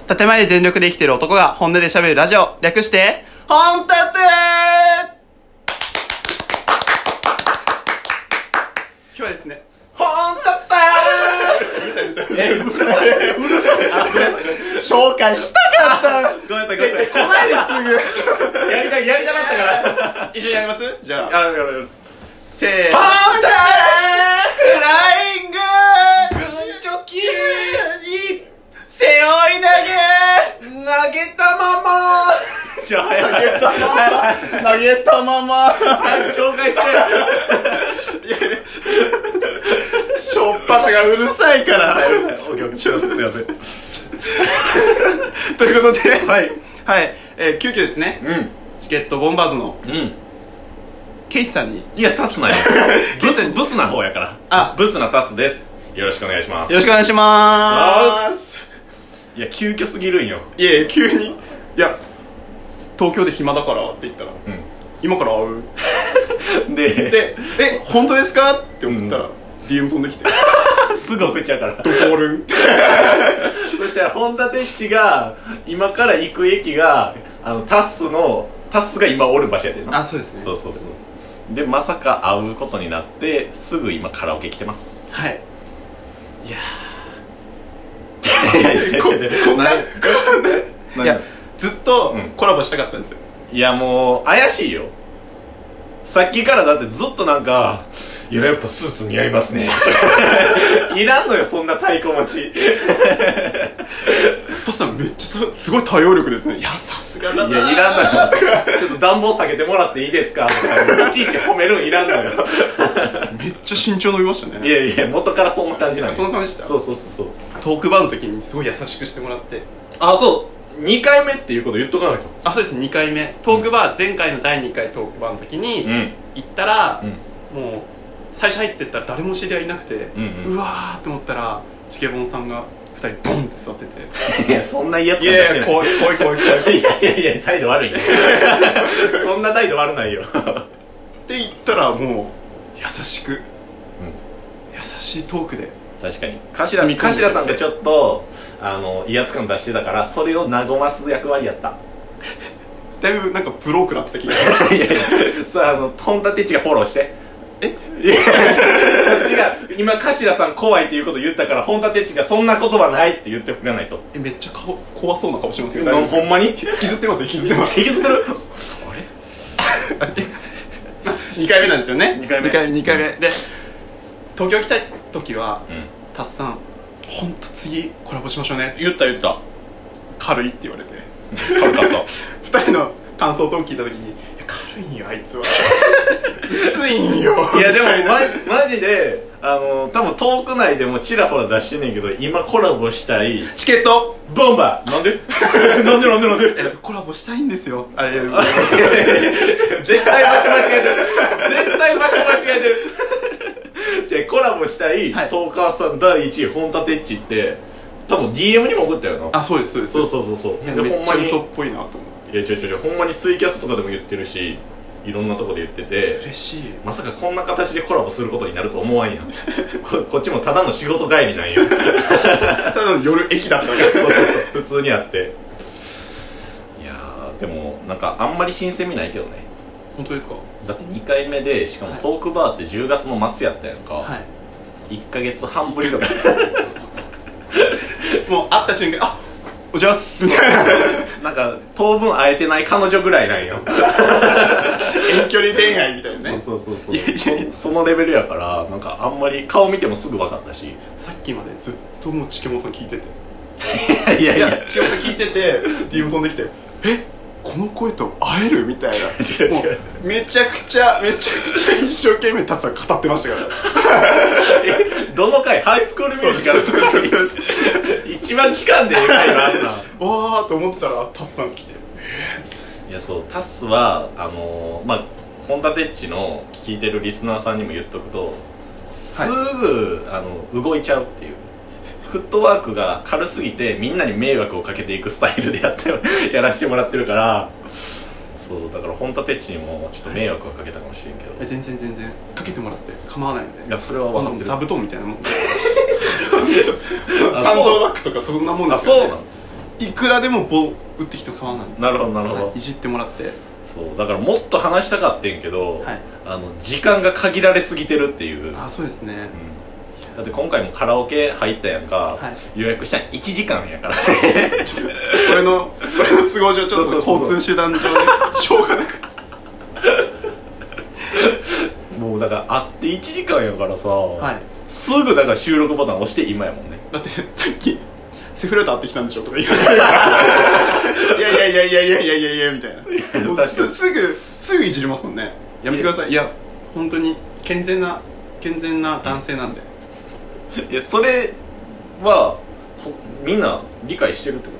建前で全力で生きてる男が本音で喋るラジオ、略して本立て。今日はですね、本立て紹介したかった。 ごめんなさいごめんなさい。 来ないですぐやりたかったから一緒にやります。じゃあやるせーの、本立てフラインググンチョキ背負い投げたままじゃあ早く投げたまま紹介してしょっぱさがうるさいからすいませんということではい、 急遽ですね、チケットボンバーズのケイスさんに、 いやタスなよブスな方やからブスなタスです。よろしくお願いします。 よろしくお願いしまーす。 いや急遽すぎるんよ。 いや急に、いや東京で暇だからって言ったら、今から会うで本当ですかって思ったら、DM 飛んできてすぐ送っちゃうからどこおるそしたら本田哲知が今から行く駅がタスが今おる場所やでな。 あ、そうですね。 そうでまさか会うことになってすぐ今カラオケ来てます。 はい。いやいやずっとコラボしたかったんですよ。 いやもう怪しいよ。さっきからだってずっとなんかいややっぱスーツ似合いますねいらんのよそんな太鼓持ちトシさんめっちゃすごい対応力ですね。いやさすがだな。 いやいらんのよちょっと暖房下げてもらっていいですかいちいち褒めるんいらんのよめっちゃ身長伸びましたね。 いや元からそんな感じなんよ。 そんな感じでした。 そうトークバーの時にすごい優しくしてもらって。 あ、そう2回目っていうこと言っとかないと。 あ、そうです。2回目トークバー、前回の第2回トークバーの時に行ったら、もう最初入ってったら誰も知り合いいなくて、うわーって思ったらチケボンさんが2人ボンって座ってていやそんないいやつかもしれない。いや怖いいや態度悪いねそんな態度悪ないよって言ったらもう優しく、優しいトークで。 確かに頭さんがちょっと威圧感出してたからそれを和ます役割やっただいぶなんかプロークなってた気がいやさあ本田哲知がフォローして。いやこっちが今頭さん怖いっていうこと言ったから本田哲知がそんな言葉ないって言ってくれないと。 めっちゃ怖そうな顔してますけどほんまに引きずってます引きずってるあれ2回目なんですよね。2回目で東京来た時は、タスさんほんと次コラボしましょうね。 言った軽いって言われて軽かった 2人の感想トーク聞いた時に軽いんよあいつは薄いんよいやでもマジで多分トーク内でもチラホラ出してんねんけど今コラボしたいチケットボンバーなんでなんでコラボしたいんですよあれ絶対場所間違えてるじゃあコラボしたい、トーカーさん第1位本田哲知って多分 DM にも送ったよな。 あ、そうですそういやめっちゃ嘘っぽいなと思って。 いや違うほんまにツイキャスとかでも言ってるしいろんなとこで言ってて嬉しい。 まさかこんな形でコラボすることになると思わんやんこっちもただの仕事帰りなんよただの夜駅だったからそう普通にあって。いやーでもなんかあんまり新鮮味ないけどね。 本当ですか。 だって2回目でしかもトークバーって10月の末やったやんか、1ヶ月半ぶりとかもう会った瞬間あおじゃすみたいななんか当分会えてない彼女ぐらいなんよ遠距離恋愛みたいなね。 そうそのレベルやからなんかあんまり顔見てもすぐ分かったしさっきまでずっともうチケモンさん聞いてていやチケモンさん聞いてて DM 飛んできてこの声と会えるみたいな違うめちゃくちゃ一生懸命タスさん語ってましたからどの回ハイスクールミュージカル一番期間で回があるなわーと思ってたらタスさん来ていやそうタスは本田哲知の聞いてるリスナーさんにも言っとくとすぐ、動いちゃうっていうフットワークが軽すぎてみんなに迷惑をかけていくスタイルでやらせてもらってるからそうだから本田哲知にもちょっと迷惑はかけたかもしれんけど、 全然かけてもらって構わないんで。 いやそれは分かってる。 座布団みたいなもんサンドバッグとかそんなもんですよね。 そうなの。 いくらでも棒打ってきても構わない。 なるほどなるほど、 いじってもらって。 そうだからもっと話したかってんけど、 はい、 時間が限られすぎてるっていう。 そうですね、 だって今回もカラオケ入ったやんか、はい、予約したん1時間やからちょっと俺の都合上ちょっと交通手段上でしょうがなくもうだから会って1時間やからさ、 はい、 すぐだから収録ボタン押して今やもんね。 だってさっきセフレート会ってきたんでしょとか言い始めるからいやみたいな。もうすぐいじりますもんね。やめてください。いや本当に健全な男性なんで。 いやそれはみんな理解してるってこと？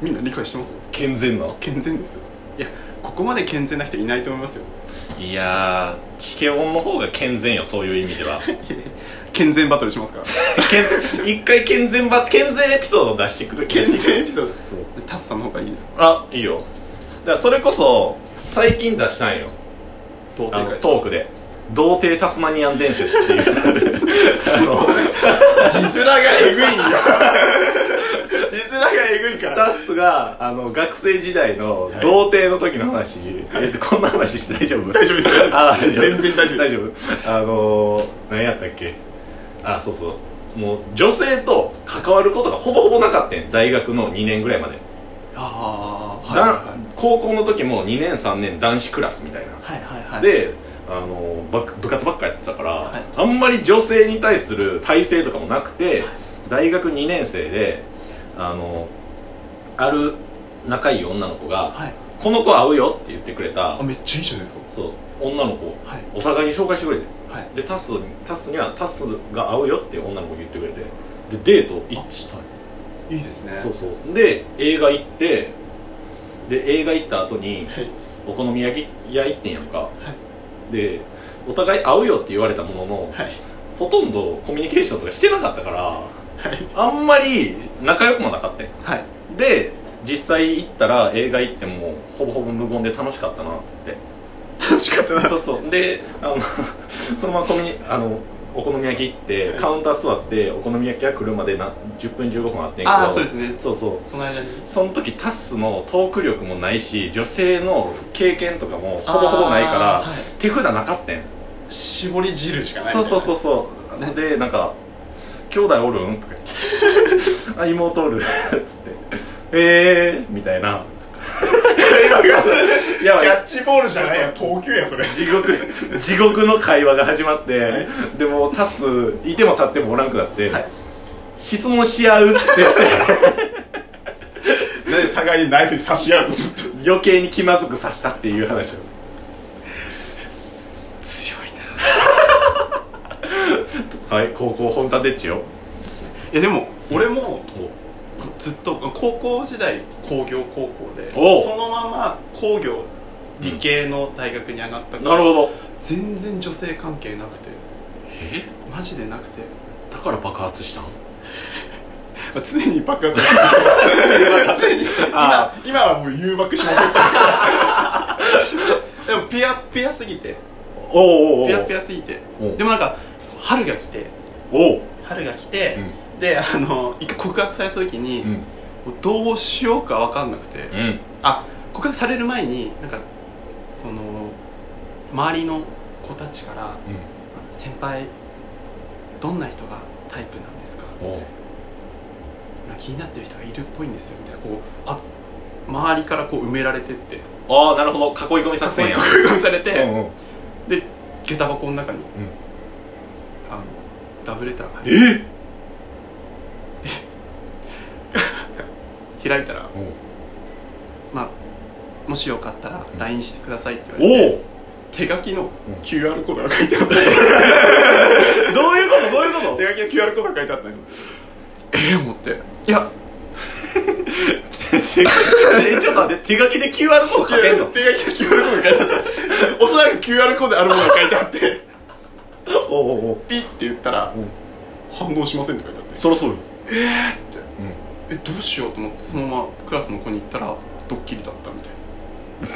みんな理解してますよ。 健全ですよ。いやここまで健全な人いないと思いますよ。 いやーチケボンの方が健全よ、そういう意味では健全バトルしますから一回健全エピソード出してくる。 健全エピソード。 そうタスさんの方がいいですか？ いいよ。だからそれこそ最近出したんよ、トークで童貞タスマニアン伝説っていう字面がえぐいんよ字面がえぐいから。 タスが学生時代の童貞の時の話、こんな話して大丈夫？ 大丈夫です全然大丈夫。何やったっけ。そうそう、もう女性と関わることがほぼほぼなかったん、大学の2年ぐらいまで。高校の時も2年3年男子クラスみたいな、で部活ばっかやってたから、あんまり女性に対する体制とかもなくて、大学2年生である仲いい女の子が、この子会うよって言ってくれた。 めっちゃいいじゃないですか。 そう女の子、お互いに紹介してくれて、でタスにはタスが会うよって女の子言ってくれて、でデート一致したい。 いいですね。 そうで映画行って、で映画行った後に、お好み焼き屋行ってんやんか、でお互い会うよって言われたものの、ほとんどコミュニケーションとかしてなかったから、あんまり仲良くもなかったん、で実際行ったら映画行ってもほぼほぼ無言で楽しかったなっつって。 楽しかったな。 そうでそのままお好み焼き行って、カウンター座ってお好み焼きが来るまで10分15分あってんけど、 そうですね。 そうその間にその時タスのトーク力もないし、女性の経験とかもほぼほぼないから、手札なかったん。 絞り汁しかない。 そうでなんか兄弟おるんとか言って妹おるっつってみたいなキャッチボールじゃないや、投球やそれ。 地獄の会話が始まって、でもタスいても立ってもおらんくなって、質問し合うって言ってで互いにナイフに刺し合うとずっと余計に気まずく刺したっていう話を。 強いなはい、高校本立てっちよ。 いやでも俺もずっと高校時代工業高校で、そのまま工業理系の大学に上がったから、 なるほど。 全然女性関係なくて。マジでなくて。 だから爆発したん常に爆発して常に今はもう誘惑しまくってるでもピアすぎて、ピアすぎて、でもなんか春が来て、で一回告白された時に、どうしようか分かんなくて、告白される前になんかその周りの子たちから、先輩どんな人がタイプなんですか、気になってる人がいるっぽいんですよみたいな、こう周りからこう埋められてって、 なるほど、囲い込み作戦や。 囲い込みされて、で下駄箱の中に、ラブレターが入って、開いたら、もしよかったら LINE してくださいって言われて、手書きの QR コードが書いてあった。 どういうこと手書きの QR コードが書いてあったんですよ。思って、いやちょっと待って、手書きで QR コード書けんの？ 手書きで QR コード書いてあった。おそらく QR コードあるものが書いてあってピッて言ったら、反応しませんって書いてあって、 そろそろって、どうしようと思って、そのままクラスの子に言ったらドッキリだったみたいな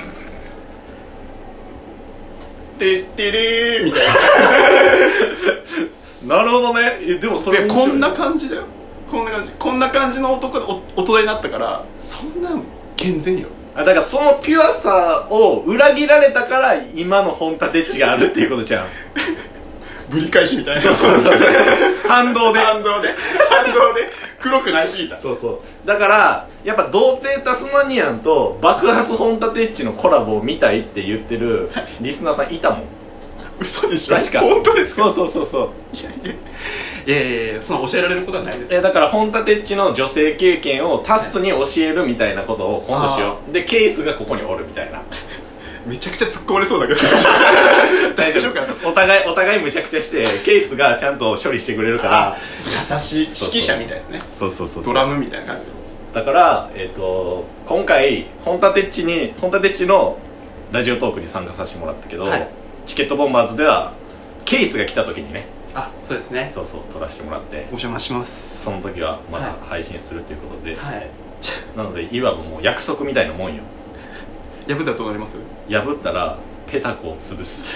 てってれーみたいな。 なるほどね。でもそれこんな感じだよ。 こんな感じ、こんな感じの男で大人になったから、そんなん健全よ。 だからそのピュアさを裏切られたから今の本立てっちがあるっていうことじゃん。 ぶり返しみたいな。 反動で黒くなりすぎた。 そうそう。だからやっぱ童貞タスマニアンと爆発本立てっちのコラボを見たいって言ってるリスナーさんいたもん。 嘘でしょ。 確か。 本当ですか。 そういやその教えられることはないですよ。 だから本立てっちの女性経験をタスに教えるみたいなことを今度しよう。でケースがここにおるみたいな。 めちゃくちゃ突っ込まれそうだけど大丈夫かな。 お互いむちゃくちゃしてケースがちゃんと処理してくれるから。 優しい指揮者みたいなね。 そうドラムみたいな感じです。 だから今回本立てっちのラジオトークに参加させてもらったけど、はい、チケットボンバーズではケースが来た時にね、 そうですね、 そう撮らせてもらってお邪魔します。 その時はまた配信するっていうことで、 はい、 なのでいわばもう約束みたいなもんよ。 破ったらどうなります？ 破ったらペタコを潰す。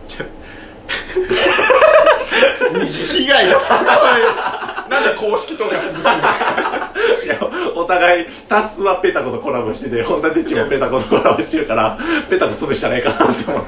二次被害がすごい。なんで公式とか潰すの？ いやお互いタスはペタコとコラボしてて、本田テッチもペタコとコラボしてるからペタコ潰したらいいかなって思って。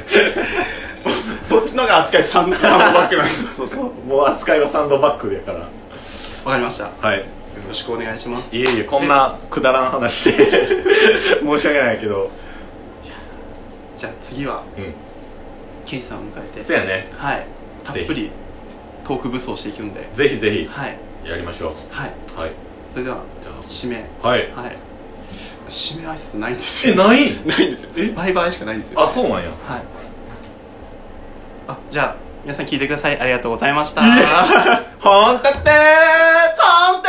そっちのが扱いサンドバッグなんです。 そうもう扱いはサンドバッグやから。 わかりました。 はい、 よろしくお願いします。 いえこんなくだらん話で申し訳ないけど。 じゃあ次はケイさんを迎えて、 そうやね、 はい、たっぷりトーク武装していくんで、 ぜひぜひはいやりましょう。 はい、それでは締め、締め挨拶ないんですよ。 ないんですよ。バイバイしかないんですよ。 そうなんや。 はい。じゃあ皆さん聞いてください。ありがとうございました。 ほんたってー